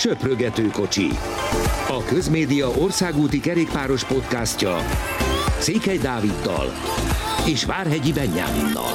Söprögetőkocsi. A Közmédia országúti kerékpáros podcastja Székely Dáviddal és Várhegyi Benyáminnal.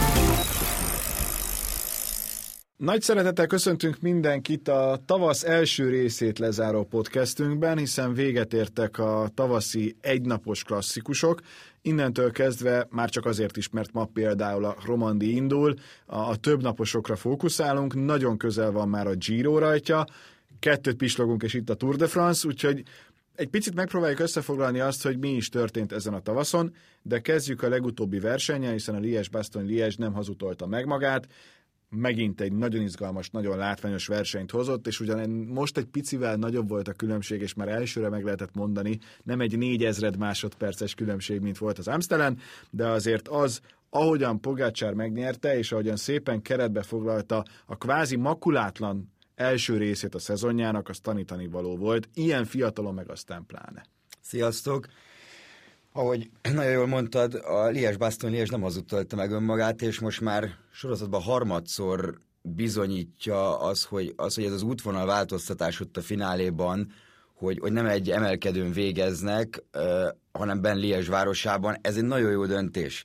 Nagy szeretettel köszöntünk mindenkit a tavasz első részét lezáró podcastünkben, hiszen véget értek a tavaszi egynapos klasszikusok. Innentől kezdve már csak azért is, mert ma például a Romandie indul, a többnaposokra fókuszálunk, nagyon közel van már a Giro rajtja, 2 pislogunk és itt a Tour de France, úgyhogy egy picit megpróbáljuk összefoglalni azt, hogy mi is történt ezen a tavaszon, de kezdjük a legutóbbi versennyel, hiszen a Liège-Bastogne-Liège nem hazudtolta meg magát, megint egy nagyon izgalmas, nagyon látványos versenyt hozott, és ugyan most egy picivel nagyobb volt a különbség, és már elsőre meg lehetett mondani, nem egy 4000 másodperces különbség, mint volt az Amstelen, de azért az, ahogyan Pogačar megnyerte, és ahogyan szépen keretbe foglalta a kvázi makulátlan első részét a szezonjának, az tanítani való volt. Ilyen fiatalon meg aztán pláne. Sziasztok! Ahogy nagyon jól mondtad, a Liège-Bastogne-Liège nem hazudtolta meg önmagát, és most már sorozatban harmadszor bizonyítja hogy ez az útvonal változtatás ott a fináléban, hogy nem egy emelkedőn végeznek, hanem benn Liège városában. Ez egy nagyon jó döntés,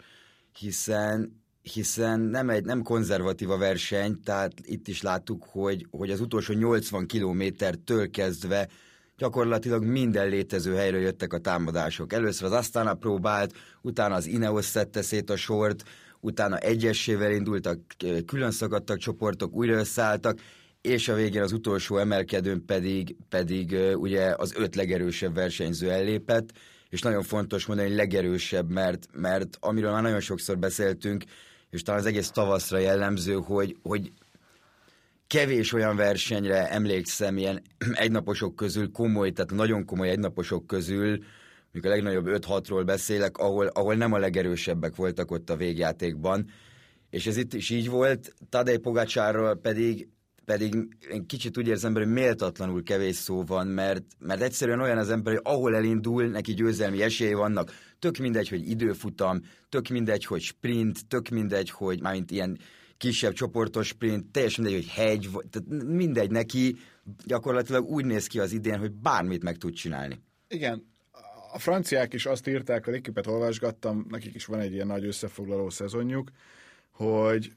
hiszen nem konzervatív a verseny, tehát itt is láttuk, hogy az utolsó 80 kilométertől kezdve gyakorlatilag minden létező helyről jöttek a támadások. Először az Astana próbált, utána az Ineos szedte szét a sort, utána egyessével indultak, külön szakadtak csoportok, újra összeálltak, és a végén az utolsó emelkedőn pedig ugye az 5 legerősebb versenyző ellépett, és nagyon fontos mondani, hogy legerősebb, mert amiről már nagyon sokszor beszéltünk, és talán az egész tavaszra jellemző, hogy kevés olyan versenyre emlékszem ilyen egynaposok közül tehát nagyon komoly egynaposok közül, mikor a legnagyobb 5-6-ról beszélek, ahol nem a legerősebbek voltak ott a végjátékban. És ez itt is így volt, Tadej Pogačarról pedig én kicsit úgy érzem, hogy méltatlanul kevés szó van, mert egyszerűen olyan az ember, hogy ahol elindul, neki győzelmi esélye vannak. Tök mindegy, hogy időfutam, tök mindegy, hogy sprint, tök mindegy, hogy mármint ilyen kisebb csoportos sprint, teljesen mindegy, hogy hegy, tehát mindegy neki, gyakorlatilag úgy néz ki az idén, hogy bármit meg tud csinálni. Igen, a franciák is azt írták, a L'Équipe-et olvasgattam, nekik is van egy ilyen nagy összefoglaló szezonjuk, hogy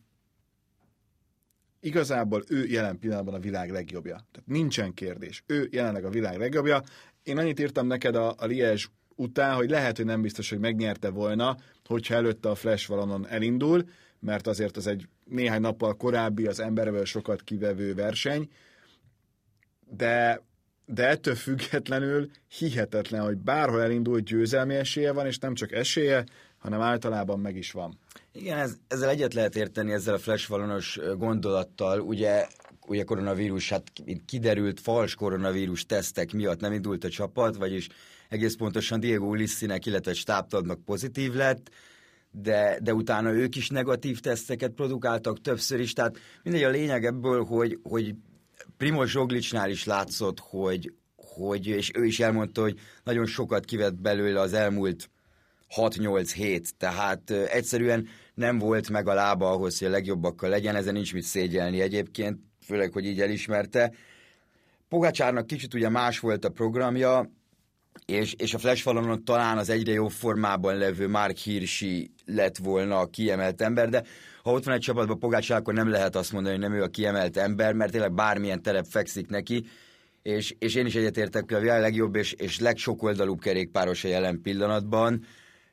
igazából ő jelen pillanatban a világ legjobbja. Tehát nincsen kérdés. Ő jelenleg a világ legjobbja. Én annyit írtam neked a Liège után, hogy lehet, hogy nem biztos, hogy megnyerte volna, hogyha előtte a Flash Wallonon elindul, mert azért az egy néhány nappal korábbi, az emberből sokat kivevő verseny, de ettől függetlenül hihetetlen, hogy bárhol elindul, győzelmi esélye van, és nem csak esélye, hanem általában meg is van. Igen, ezzel egyet lehet érteni, ezzel a Flash Wallonos gondolattal, ugye koronavírus, hát kiderült, fals koronavírus tesztek miatt nem indult a csapat, vagyis egész pontosan Diego Uliszinek, illetve stábtagnak pozitív lett, de utána ők is negatív teszteket produkáltak többször is, tehát mindegy, a lényeg ebből, hogy Primož Roglicnál is látszott, hogy és ő is elmondta, hogy nagyon sokat kivett belőle az elmúlt 6-8 hét, tehát egyszerűen nem volt meg a lába ahhoz, hogy a legjobbakkal legyen, ezen nincs mit szégyelni egyébként, főleg, hogy így elismerte. Pogačarnak kicsit ugye más volt a programja, és a Flash Wallonon talán az egyre jobb formában levő Mark Hirschi lett volna a kiemelt ember, de ha ott van egy csapatban Pogačar, akkor nem lehet azt mondani, hogy nem ő a kiemelt ember, mert tényleg bármilyen terep fekszik neki, és én is egyetértek, hogy a világ legjobb és legsokoldalúbb kerékpáros a jelen pillanatban.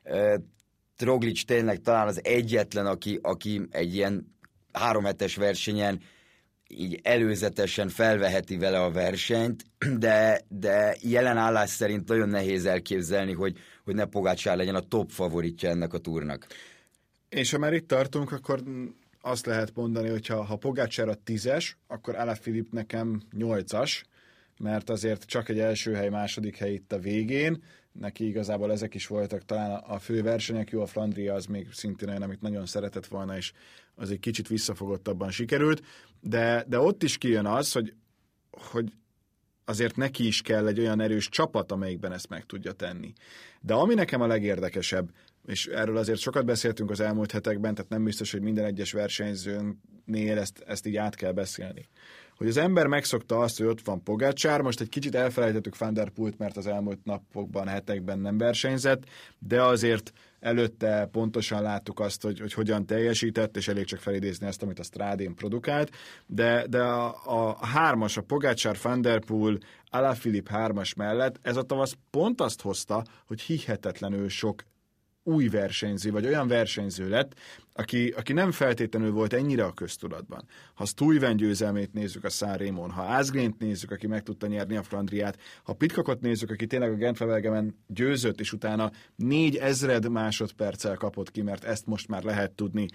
Roglic tényleg talán az egyetlen, aki egy ilyen 3 hetes versenyen így előzetesen felveheti vele a versenyt, de jelen állás szerint nagyon nehéz elképzelni, hogy ne Pogačar legyen a top favoritja ennek a túrnak. És ha már itt tartunk, akkor azt lehet mondani, hogy ha Pogačar a 10-es, akkor Alaphilippe nekem 8-as, mert azért csak egy első hely, második hely itt a végén, neki igazából ezek is voltak talán a fő versenyek, jó, a Flandria az még szintén olyan, amit nagyon szeretett volna, és az egy kicsit visszafogottabban sikerült, de ott is kijön az, hogy azért neki is kell egy olyan erős csapat, amelyikben ezt meg tudja tenni. De ami nekem a legérdekesebb, és erről azért sokat beszéltünk az elmúlt hetekben, tehát nem biztos, hogy minden egyes versenyzőnél ezt így át kell beszélni. hogy az ember megszokta azt, hogy ott van Pogačar, most egy kicsit elfelejtettük Van der Poelt, mert az elmúlt napokban, hetekben nem versenyzett, de azért előtte pontosan láttuk azt, hogy hogyan teljesített, és elég csak felidézni ezt, amit a Strádén produkált, de a hármas, a Pogačar, Van der Poel, Alaphilippe hármas mellett ez a tavasz pont azt hozta, hogy hihetetlenül sok új versenyző, vagy olyan versenyző lett, aki nem feltétlenül volt ennyire a köztudatban. Ha Stuyven győzelmét nézzük a Sanremón, ha Asgrent nézzük, aki meg tudta nyerni a Flandriát, ha Pidcockot nézzük, aki tényleg a Gent-Wevelgemen győzött, és utána 4000 másodperccel kapott ki, mert ezt most már lehet tudni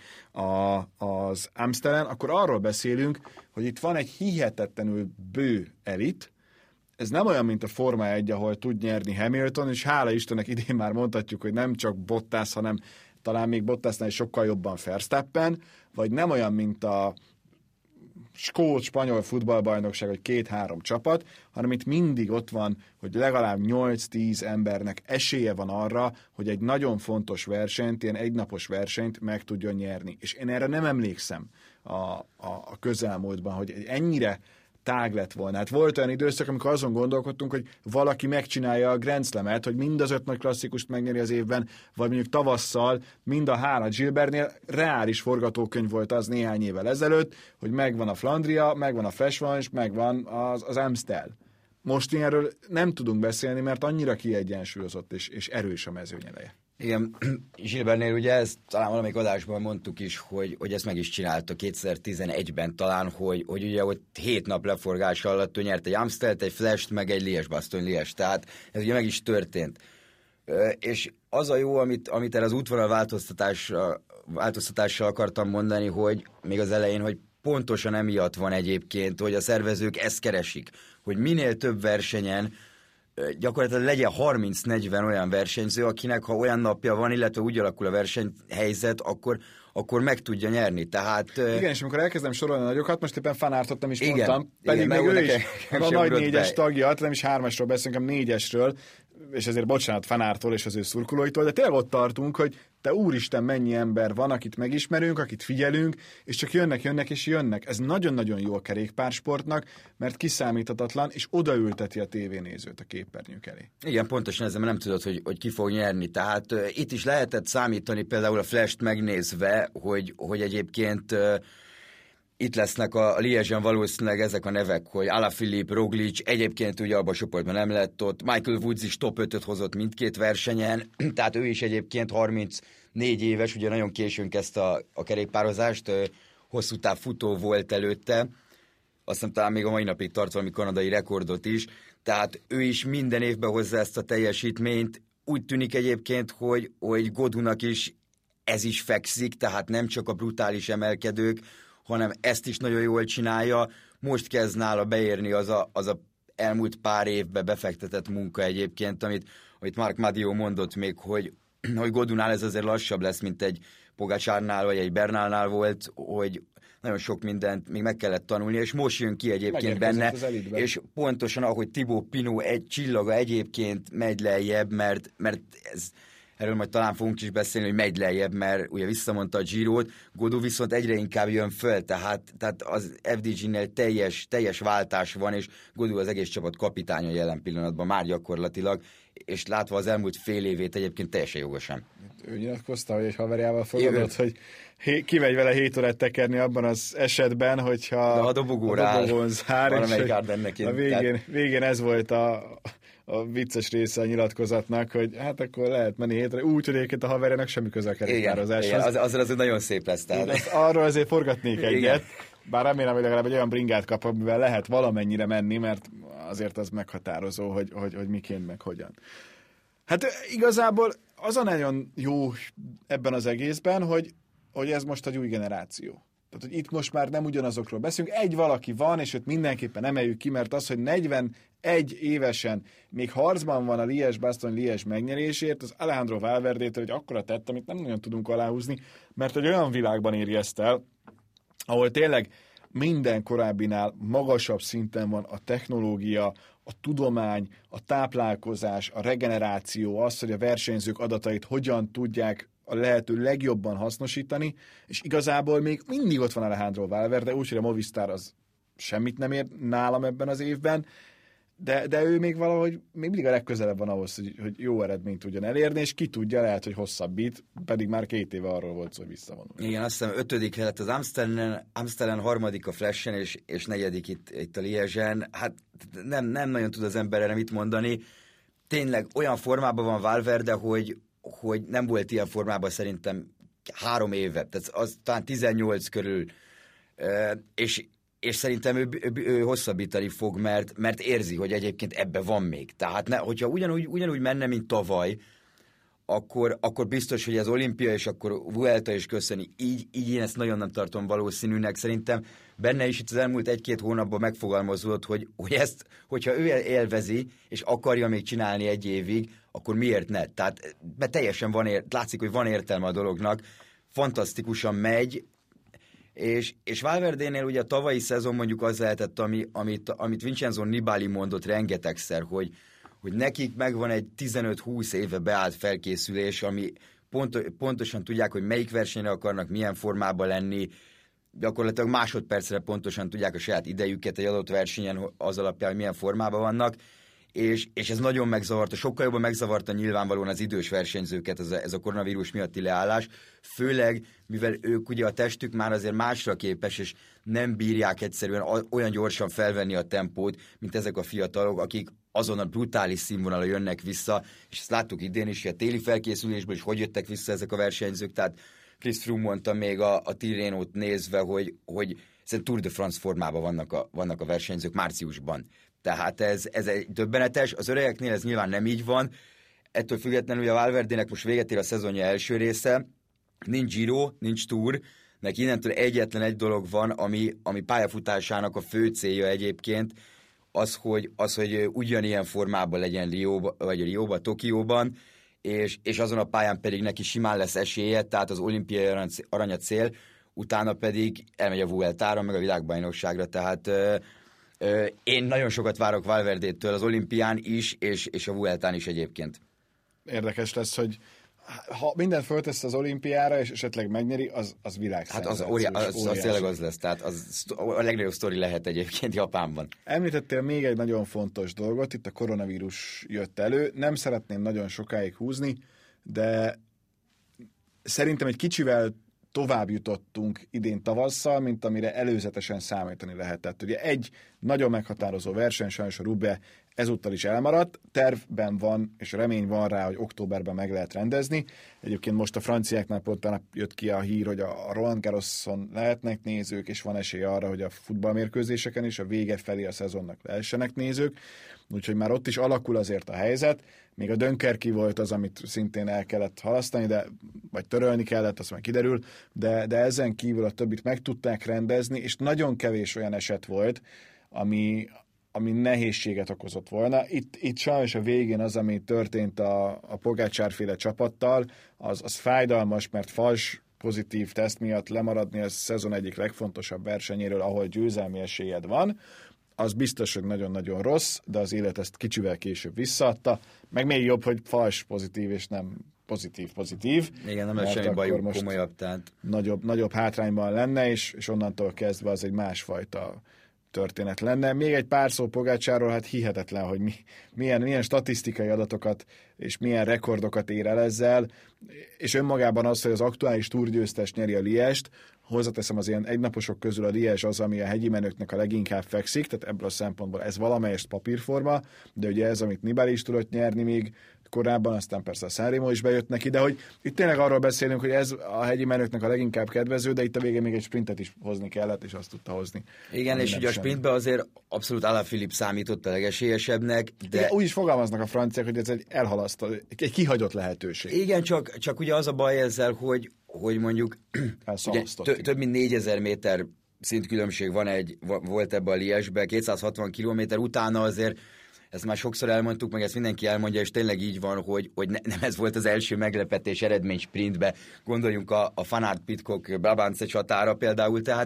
az Amstelen, akkor arról beszélünk, hogy itt van egy hihetetlenül bő elit. Ez nem olyan, mint a Forma 1, ahol tud nyerni Hamilton, és hála Istennek idén már mondhatjuk, hogy nem csak Bottas, hanem talán még Bottasnál is sokkal jobban Verstappen, vagy nem olyan, mint a skót-spanyol futballbajnokság, hogy 2-3 csapat, hanem itt mindig ott van, hogy legalább 8-10 embernek esélye van arra, hogy egy nagyon fontos versenyt, ilyen egynapos versenyt meg tudjon nyerni. És én erre nem emlékszem a közelmúltban, hogy ennyire tág lett volna. Hát volt olyan időszak, amikor azon gondolkodtunk, hogy valaki megcsinálja a Grand Slamet, hogy mind az 5 nagy klasszikust megnyeri az évben, vagy mondjuk tavasszal mind a 3. Gilbertnél reális forgatókönyv volt az néhány évvel ezelőtt, hogy megvan a Flandria, megvan a Flèche, megvan az Amstel. Most ilyenről nem tudunk beszélni, mert annyira kiegyensúlyozott és erős a mezőnyeleje. Igen, Gilbertnél ugye ezt talán valamelyik adásban mondtuk is, hogy ezt meg is csinálta 2011-ben talán, hogy ugye ott 7 nap leforgása alatt ő nyert egy Amstelt, egy Flash-t, meg egy Liège-Bastogne-Liège, tehát ez ugye meg is történt. És az a jó, amit erre az útvonal változtatással akartam mondani, hogy még az elején, hogy pontosan emiatt van egyébként, hogy a szervezők ezt keresik, hogy minél több versenyen gyakorlatilag legyen 30-40 olyan versenyző, akinek ha olyan napja van, illetve úgy alakul a versenyhelyzet, akkor meg tudja nyerni. Tehát, igen, és amikor elkezdem sorolni a nagyokat, most éppen Van Aertot nem is mondtam, pedig igen, még ő is a nagy 4-es tagja, nem is 3-asról beszélünk, hanem 4-esről, és ezért bocsánat Van Aerttól és az ő szurkolóitól, de tényleg ott tartunk, hogy te úristen, mennyi ember van, akit megismerünk, akit figyelünk, és csak jönnek és jönnek. Ez nagyon-nagyon jó a kerékpársportnak, mert kiszámíthatatlan, és odaülteti a tévénézőt a képernyők elé. Igen, pontosan ezzel nem tudod, hogy ki fog nyerni. Tehát itt is lehetett számítani például a Flash-t megnézve, hogy egyébként itt lesznek a Liège-en valószínűleg ezek a nevek, hogy Alaphilippe, Roglic, egyébként ugye abban a csoportban nem lett ott, Michael Woods is top 5-öt hozott mindkét versenyen, tehát ő is egyébként 34 éves, ugye nagyon későn kezdte a kerékpározást, hosszú táv futó volt előtte, azt hiszem talán még a mai napig tart valami kanadai rekordot is, tehát ő is minden évben hozza ezt a teljesítményt. Úgy tűnik egyébként, hogy Godounak is ez is fekszik, tehát nem csak a brutális emelkedők, hanem ezt is nagyon jól csinálja. Most kezd nála beérni az a elmúlt pár évben befektetett munka egyébként, amit Marc Madiot mondott még, hogy Godounál ez azért lassabb lesz, mint egy Pogačarnál vagy egy Bernálnál volt, hogy nagyon sok mindent még meg kellett tanulni, és most jön ki egyébként benne, és pontosan ahogy Thibaut Pinot egy csillaga egyébként megy lejjebb, mert ez... Erről majd talán fogunk is beszélni, hogy megy lejjebb, mert ugye visszamondta a Girót, Godou viszont egyre inkább jön föl, tehát az FDG-nél teljes váltás van, és Godou az egész csapat kapitánya jelen pillanatban már gyakorlatilag, és látva az elmúlt fél évét egyébként teljesen jogosan. Ő nyilatkozta, hogy egy haverjával fogadott, hogy kimegy vele 7 órát tekerni abban az esetben, hogyha a dobogón zár, valamelyik a végén ez volt a vicces része a nyilatkozatnak, hogy hát akkor lehet menni 7 óra, úgy, hogy egyébként a haverjának semmi köze a kerékpározáshoz. Igen, azért nagyon szép lesz. Arról azért forgatnék egyet, bár remélem, hogy legalább egy olyan bringát kap, amivel lehet valamennyire menni, mert azért az meghatározó, hogy miként, meg hogyan. Hát igazából az a nagyon jó ebben az egészben, hogy ez most egy új generáció. Tehát, hogy itt most már nem ugyanazokról beszélünk. Egy valaki van, és őt mindenképpen emeljük ki, mert az, hogy 41 évesen még harcban van a Liège-Bastogne-Liège megnyerésért, az Alejandro Valverdétől egy akkora tett, amit nem nagyon tudunk aláhúzni, mert egy olyan világban éri ezt el, ahol tényleg minden korábbinál magasabb szinten van a technológia, a tudomány, a táplálkozás, a regeneráció, az, hogy a versenyzők adatait hogyan tudják a lehető legjobban hasznosítani, és igazából még mindig ott van Alejandro Valverde, úgyhogy a Movistar az semmit nem ér nálam ebben az évben, de ő még valahogy még mindig a legközelebb van ahhoz, hogy jó eredményt tudjon elérni, és ki tudja, lehet, hogy hosszabbít, pedig már 2 éve arról volt szó, hogy visszavonul. Igen, azt hiszem 5. lett az Amsterdam 3. a Flashen, és 4. itt a Liège-en. Hát nem nagyon tud az ember erre mit mondani. Tényleg olyan formában van Valverde, hogy nem volt ilyen formában szerintem 3 éve, tehát az talán 18 körül, és szerintem ő hosszabbítani fog, mert érzi, hogy egyébként ebbe van még. Tehát hogyha ugyanúgy menne, mint tavaly, akkor biztos, hogy az olimpia, és akkor Vuelta is köszöni. Így én ezt nagyon nem tartom valószínűnek. Szerintem benne is itt az elmúlt 1-2 hónapban megfogalmazódott, hogy ezt, hogyha ő élvezi, és akarja még csinálni 1 évig, akkor miért ne? Tehát mert teljesen látszik, hogy van értelme a dolognak, fantasztikusan megy, és Valverdénél ugye a tavalyi szezon mondjuk az lehetett, amit Vincenzo Nibali mondott rengetegszer, hogy nekik megvan egy 15-20 éve beállt felkészülés, ami pontosan tudják, hogy melyik versenyre akarnak, milyen formában lenni, gyakorlatilag másodpercre pontosan tudják a saját idejüket egy adott versenyen az alapján, hogy milyen formában vannak, és ez nagyon megzavarta, sokkal jobban megzavarta nyilvánvalóan az idős versenyzőket ez a koronavírus miatti leállás, főleg mivel ők ugye a testük már azért másra képes, és nem bírják egyszerűen olyan gyorsan felvenni a tempót, mint ezek a fiatalok, akik azon a brutális színvonalra jönnek vissza, és ezt láttuk idén is, hogy a téli felkészülésből is hogy jöttek vissza ezek a versenyzők, tehát Chris Froome mondta még a Tirrenót nézve, hogy szerintem Tour de France formában vannak a versenyzők márciusban. Tehát ez egy döbbenetes, az öregeknél ez nyilván nem így van, ettől függetlenül a Valverdének most véget ér a szezonja első része, nincs Giro, nincs Tour, neki innentől egyetlen egy dolog van, ami pályafutásának a fő célja egyébként, az, hogy ugyanilyen formában legyen Rióba, Tokióban, és azon a pályán pedig neki simán lesz esélye, tehát az olimpiai arany a cél, utána pedig elmegy a Vueltára, meg a világbajnokságra, tehát én nagyon sokat várok Valverdétől az olimpián is, és a Vueltán is egyébként. Érdekes lesz, hogy ha mindent föltesz az olimpiára, és esetleg megnyeri, az világszenzáció. Hát az tényleg az lesz, tehát az a legnagyobb sztori lehet egyébként Japánban. Említettél még egy nagyon fontos dolgot, itt a koronavírus jött elő, nem szeretném nagyon sokáig húzni, de szerintem egy kicsivel tovább jutottunk idén tavasszal, mint amire előzetesen számítani lehetett. Ugye egy nagyon meghatározó verseny, sajnos a Roubaix ezúttal is elmaradt, tervben van, és remény van rá, hogy októberben meg lehet rendezni. Egyébként most a franciáknál pont jött ki a hír, hogy a Roland Garroson lehetnek nézők, és van esély arra, hogy a futballmérkőzéseken is a vége felé a szezonnak lehessenek nézők, úgyhogy már ott is alakul azért a helyzet. Még a Dunkerque volt az, amit szintén el kellett halasztani, vagy törölni kellett, azt már kiderül, de ezen kívül a többit meg tudták rendezni, és nagyon kevés olyan eset volt, ami nehézséget okozott volna. Itt sajnos a végén az, ami történt a Pogačar-féle csapattal, az fájdalmas, mert fals pozitív teszt miatt lemaradni a szezon egyik legfontosabb versenyéről, ahol győzelmi esélyed van, az biztos, hogy nagyon-nagyon rossz, de az élet ezt kicsivel később visszaadta. Meg még jobb, hogy fals pozitív, és nem pozitív. Igen, nem lesz semmi bajuk komolyabb. Tehát... Nagyobb hátrányban lenne, és onnantól kezdve az egy másfajta történet lenne. Még egy pár szó Pogačarról, hát hihetetlen, hogy milyen statisztikai adatokat és milyen rekordokat ér el ezzel, és önmagában az, hogy az aktuális túrgyőztes nyeri a Liège-t, hozzáteszem, az ilyen egynaposok közül a Liège az, ami a hegyi menőknek a leginkább fekszik, tehát ebből a szempontból ez valamelyest papírforma, de ugye ez, amit Nibali is tudott nyerni még korábban, aztán persze a Sanremo is bejött neki, de hogy itt tényleg arról beszélünk, hogy ez a hegyi menőknek a leginkább kedvező, de itt a végén még egy sprintet is hozni kellett, és azt tudta hozni. Igen, és ugye a sprintben azért abszolút Alaphilippe számított a legesélyesebbnek, de... Igen, úgy is fogalmaznak a franciák, hogy ez egy elhalasztott, egy kihagyott lehetőség. Igen, csak ugye az a baj ezzel, hogy mondjuk ugye, több mint 4000 méter szintkülönbség volt ebbe a Liège-be, 260 kilométer utána azért, ezt már sokszor elmondtuk, meg ezt mindenki elmondja, és tényleg így van, hogy nem ez volt az első meglepetés eredmény sprintbe. Gondoljunk a Van Aert Pidcock Brabantse csatára például, tehát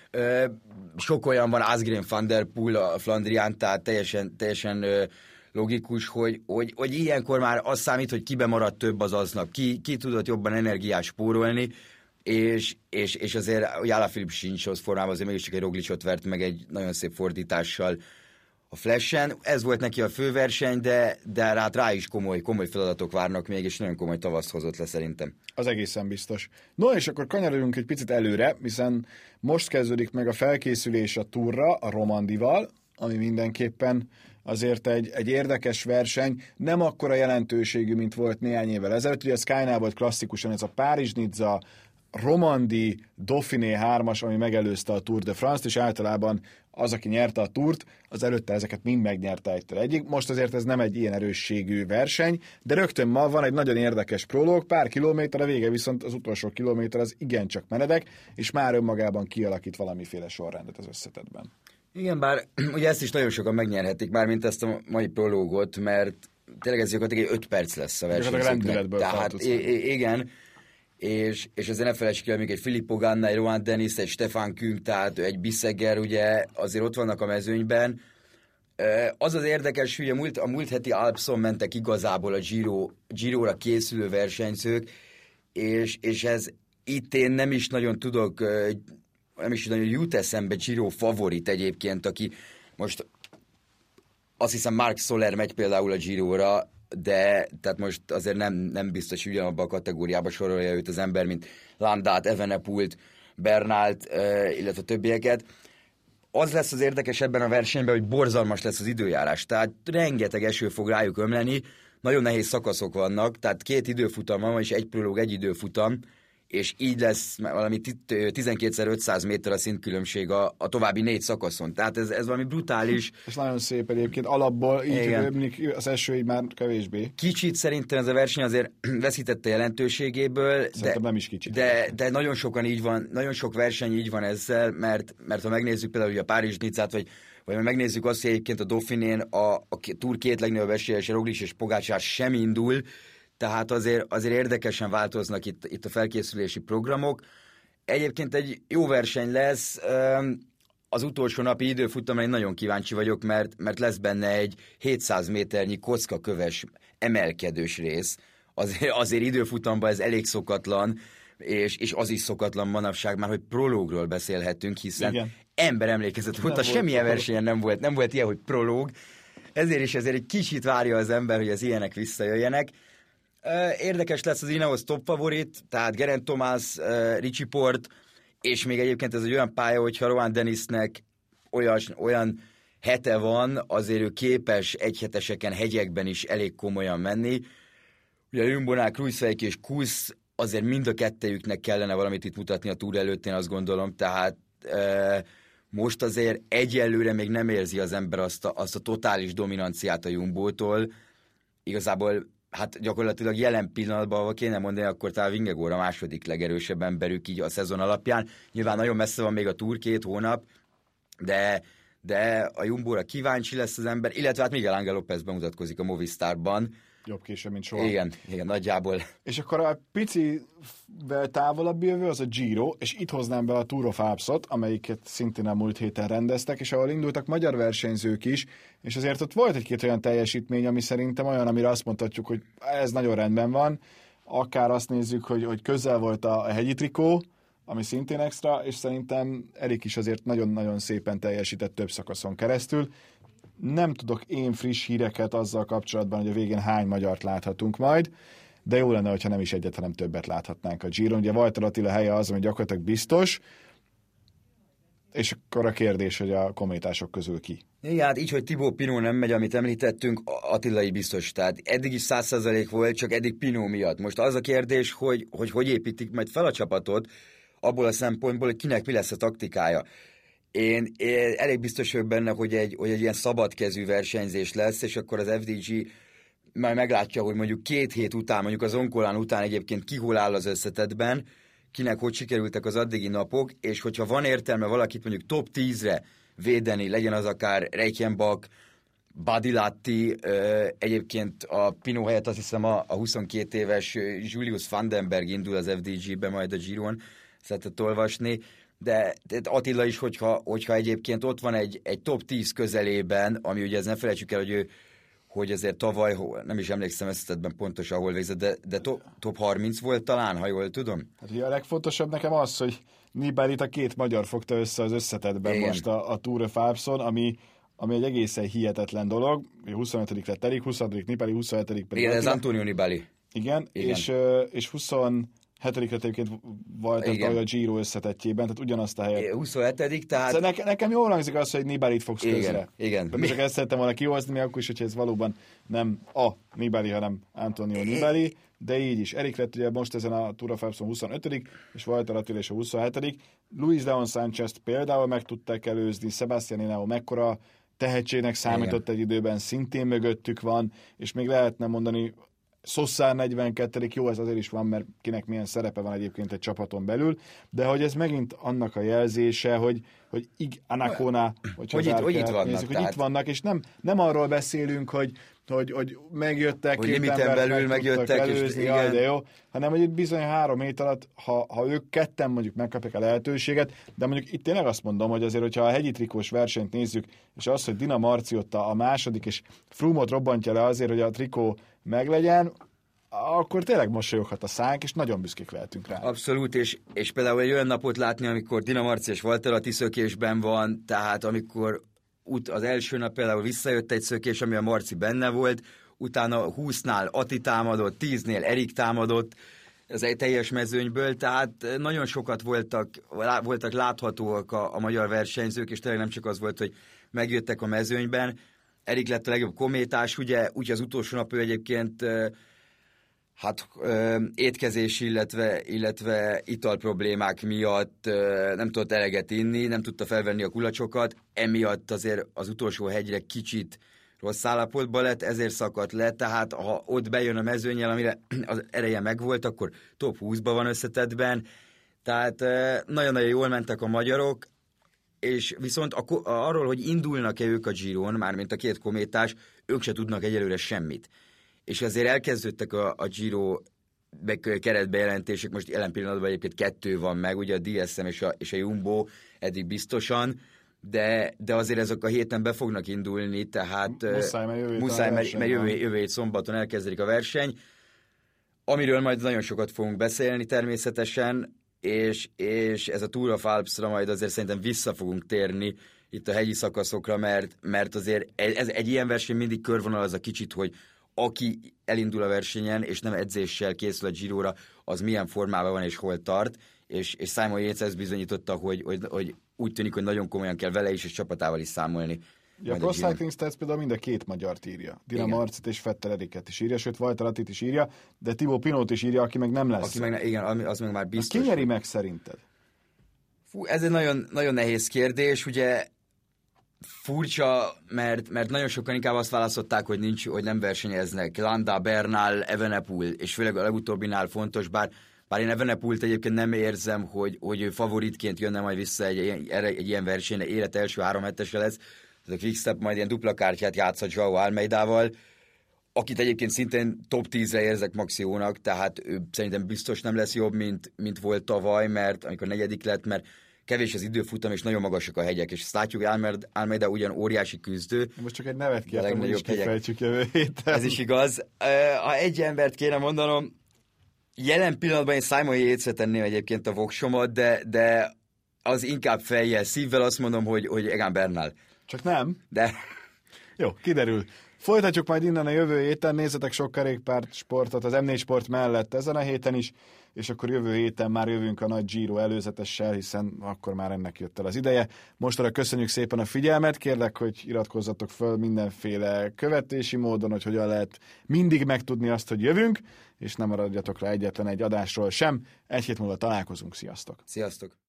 sok olyan van, Asgreen Van der Poel, a Flandrián, tehát teljesen logikus, hogy ilyenkor már az számít, hogy kibe maradt több az aznap, ki tudott jobban energiát spórolni. és azért Alaphilippe sincs az formában, azért mégiscsak egy Roglicot vert meg egy nagyon szép fordítással a Flashen. Ez volt neki a főverseny, de rá is komoly feladatok várnak még, és nagyon komoly tavaszt hozott le szerintem. Az egészen biztos. No, és akkor kanyarodjunk egy picit előre, hiszen most kezdődik meg a felkészülés a Tourra, a Romandival, ami mindenképpen azért egy érdekes verseny, nem akkora jelentőségű, mint volt néhány évvel ezelőtt. Ugye a Skynál volt klasszikusan ez a Párizs-Nizza, Romandie, Dauphiné 3-as, ami megelőzte a Tour de France-t, és általában az, aki nyerte a Tourt, az előtte ezeket mind megnyerte egyik. Most azért ez nem egy ilyen erősségű verseny, de rögtön ma van egy nagyon érdekes prológ, pár kilométer, a vége viszont az utolsó kilométer az igencsak meredek, és már önmagában kialakít valamiféle sorrendet az összetetben. Igen, bár ugye ezt is nagyon sokan megnyerhetik, mármint ezt a mai prológot, mert tényleg ez gyakorlatilag 5 perc lesz a verseny. Tehát igen, és azért ne felejtsük el, még egy Filippo Ganna, egy Rohan Dennis, egy Stefan Küng, tehát egy Bissegger, ugye azért ott vannak a mezőnyben. Az az érdekes, hogy a múlt heti Alpson mentek igazából a Giro-ra készülő versenyzők, és ez itt én nem is nagyon jut eszembe Giro favorit egyébként, aki most azt hiszem Marc Soler megy például a Giro-ra, de tehát most azért nem biztos, hogy ugyanabban a kategóriába sorolja őt az ember, mint Landát, Evenepoelt, Bernalt, illetve többieket. Az lesz az érdekes ebben a versenyben, hogy borzalmas lesz az időjárás, tehát rengeteg eső fog rájuk ömleni, nagyon nehéz szakaszok vannak, tehát 2 időfutam van, és egy prológ, egy időfutam, és így lesz valami 12x500 méter a szintkülönbség a további 4 szakaszon. Tehát ez valami brutális. És nagyon szép egyébként, alapból így az eső így már kevésbé. Kicsit szerintem ez a verseny azért veszítette jelentőségéből. Szerintem nem is kicsit. De nagyon sokan így van, nagyon sok verseny így van ezzel, mert ha megnézzük például a Párizs-Nizzát, vagy megnézzük azt, hogy egyébként a Dauphinén a Tour 2 legnagyobb esélyes, Roglic és Pogačar sem indul, tehát azért érdekesen változnak itt a felkészülési programok. Egyébként egy jó verseny lesz, az utolsó napi időfutamra én nagyon kíváncsi vagyok, mert lesz benne egy 700 méternyi kockaköves emelkedős rész. Azért időfutamban ez elég szokatlan, és az is szokatlan manapság már, hogy prológról beszélhetünk, hiszen igen. Ember emlékezett óta semmilyen versenyen nem volt ilyen, hogy prológ. Ezért egy kicsit várja az ember, hogy az ilyenek visszajöjjenek. Érdekes lesz az Ineos top favorit, tehát Geraint Thomas, Richie Porte, és még egyébként ez egy olyan pálya, hogyha Rohan Dennisnek olyan hete van, azért ő képes egyheteseken, hegyekben is elég komolyan menni. Ugye Jumbo-nál Kruijswijk és Kuss, azért mind a kettejüknek kellene valamit itt mutatni a Tour előtt, én azt gondolom, tehát most azért egyelőre még nem érzi az ember azt a totális dominanciát a Jumbo-tól. Igazából hát gyakorlatilag jelen pillanatban, ha kéne mondani, akkor talán Vingegaard a második legerősebb emberük így a szezon alapján. Nyilván nagyon messze van még a Tour, 2 hónap, de a Jumbo-ra kíváncsi lesz az ember, illetve hát Miguel Ángel López bemutatkozik a Movistarban. Jobb később, mint soha. Igen, nagyjából. És akkor a picivel távolabb jövő az a Giro, és itt hoznám be a Tour of Alpsot, amelyiket szintén a múlt héten rendeztek, és ahol indultak magyar versenyzők is, és azért ott volt egy-két olyan teljesítmény, ami szerintem olyan, amire azt mondhatjuk, hogy ez nagyon rendben van. Akár azt nézzük, hogy közel volt a hegyi trikó, ami szintén extra, és szerintem Erik is azért nagyon-nagyon szépen teljesített több szakaszon keresztül. Nem tudok én friss híreket azzal kapcsolatban, hogy a végén hány magyart láthatunk majd, de jó lenne, hogyha nem is egyet, hanem többet láthatnánk a Giron. Ugye Walter Attila helye az, ami gyakorlatilag biztos, és akkor a kérdés, hogy a kométások közül ki. Igen, hát így, hogy Thibaut Pinot nem megy, amit említettünk, Attilai biztos. Tehát eddig is 100% volt, csak eddig Pinot miatt. Most az a kérdés, hogy építik majd fel a csapatot, abból a szempontból, hogy kinek mi lesz a taktikája. Én elég biztos vagyok benne, hogy egy ilyen szabadkezű versenyzés lesz, és akkor az FDG majd meglátja, hogy mondjuk 2 hét után, mondjuk az Onkolán után egyébként ki hol áll az összetetben, kinek hogy sikerültek az addigi napok, és hogyha van értelme valakit mondjuk top 10-re védeni, legyen az akár Reichenbach, Badilatti, egyébként a Pinot helyett azt hiszem a 22 éves Julius Vandenberg indul az FDG-be majd a Giron, szeretett olvasni, de Attila is, hogyha egyébként ott van egy top 10 közelében, ami ugye ez ne felejtsük el, hogy azért tavaly, nem is emlékszem összetetben pontosan, hol végzett, de top 30 volt talán, ha jól tudom. Hát ugye a legfontosabb nekem az, hogy Nibalit a két magyar fogta össze az összetetben most a Tour de Alpson, ami egy egészen hihetetlen dolog. 25. lett Erik, 26. Nibali, 27. pedig... Igen, ez Antonio Nibali. Igen. És 27. lett egyébként Valter a Giro összetettjében, tehát ugyanazt a helyet. 27. tehát... Szóval nekem jól hangzik az, hogy Nibalit fogsz közre. Igen. De csak ezt szerettem volna kihozni, még akkor is, hogyha ez valóban nem a Nibali, hanem Antonio Nibali, de így is. Erik lett ugye most ezen a Tour of Alpson 25. és Valter Attila és a 27. Luis Leon Sánchez például meg tudták előzni, Sebastian Hinao mekkora tehetségnek számított egy időben, szintén mögöttük van, és még lehetne mondani, Sosa 42. Jó, ez azért is van, mert kinek milyen szerepe van egyébként egy csapaton belül, de hogy ez megint annak a jelzése, hogy Anacona, hogy itt vannak, nézzük, hogy itt vannak, és nem arról beszélünk, hogy megjöttek, hogy limiten belül megjöttek, előzni, de jó, hanem hogy itt bizony 3 hét alatt, ha ők ketten mondjuk megkapják a lehetőséget, de mondjuk itt tényleg azt mondom, hogy azért, hogyha a hegyi trikós versenyt nézzük, és az, hogy Dina Marciotta a második, és Froome-ot robbantja le azért, hogy a trikó meglegyen, akkor tényleg mosolyoghat a szánk, és nagyon büszkék lehetünk rá. Abszolút, és például egy olyan napot látni, amikor Dina Marci és Valter Atti szökésben van, tehát amikor az első nap például visszajött egy szökés, ami a Marci benne volt, utána 20-nál Atti támadott, 10-nél Erik támadott, ez egy teljes mezőnyből, tehát nagyon sokat voltak láthatóak a magyar versenyzők, és tényleg nem csak az volt, hogy megjöttek a mezőnyben. Erik lett a legjobb kométás, ugye, úgy az utolsó nap ő egyébként étkezés, illetve italproblémák miatt nem tudott eleget inni, nem tudta felvenni a kulacsokat, emiatt azért az utolsó hegyre kicsit rossz állapotban lett, ezért szakadt le, tehát ha ott bejön a mezőnnyel, amire az ereje megvolt, akkor top 20-ban van összetettben, tehát nagyon-nagyon jól mentek a magyarok, és viszont arról, hogy indulnak-e ők a Giron, mármint a két kométás, ők se tudnak egyelőre semmit. És azért elkezdődtek a Giro keretbejelentések, most jelen pillanatban egyébként 2 van meg, ugye a DSM és a Jumbo eddig biztosan, de azért ezek a héten be fognak indulni, tehát muszáj, mert jövő hét szombaton elkezdődik a verseny, amiről majd nagyon sokat fogunk beszélni természetesen, és ez a Tour of Alpsra majd azért szerintem vissza fogunk térni itt a hegyi szakaszokra, mert azért ez egy ilyen verseny mindig körvonalaz a kicsit, hogy aki elindul a versenyen, és nem edzéssel készül a Giróra, az milyen formában van és hol tart, és Simon Yates ezt bizonyította, hogy úgy tűnik, hogy nagyon komolyan kell vele is, és csapatával is számolni. Ja, a Pro Cycling Stats például mind a 2 magyart írja. Dina Marcit és Vettel Eriket is írja, sőt Valter Attit is írja, de Thibaut Pinot is írja, aki meg nem lesz. Igen, az meg már biztos. Ki nyeri meg szerinted? Fú, ez egy nagyon, nagyon nehéz kérdés, ugye furcsa, mert nagyon sokan inkább azt választották, hogy nem versenyeznek. Landa, Bernal, Evenepoel, és főleg a legutóbbinál fontos, bár én Evenepoelt egyébként nem érzem, hogy ő favoritként jönne majd vissza egy ilyen versenyre, élet első 3 hetese lesz. Tehát a Quickstep majd ilyen dupla kártyát játszott Joao Almeidával, akit egyébként szintén top 10-re érzek Maxiónak, tehát ő szerintem biztos nem lesz jobb, mint volt tavaly, mert amikor 4. lett, mert kevés az időfutam, és nagyon magasak a hegyek, és ezt látjuk, hogy Almeida ugyan óriási küzdő. Most csak egy nevet kértem, hogy is kifejtsük jövő héten. Ez is igaz. Ha egy embert kéne mondanom, jelen pillanatban én Simon Yates-re tenném egyébként a voksomat, de az inkább fejjel, szívvel azt mondom, hogy Egan Bernal. Csak nem. De... Jó, kiderül. Folytatjuk majd innen a jövő héten, nézzetek sok kerékpárt sportot az M4 Sport mellett ezen a héten is, és akkor jövő héten már jövünk a nagy Giro előzetessel, hiszen akkor már ennek jött el az ideje. Mostanra köszönjük szépen a figyelmet, kérlek, hogy iratkozzatok föl mindenféle követési módon, hogy hogyan lehet mindig megtudni azt, hogy jövünk, és nem maradjatok rá egyetlen egy adásról sem. 1 hét múlva találkozunk, sziasztok! Sziasztok!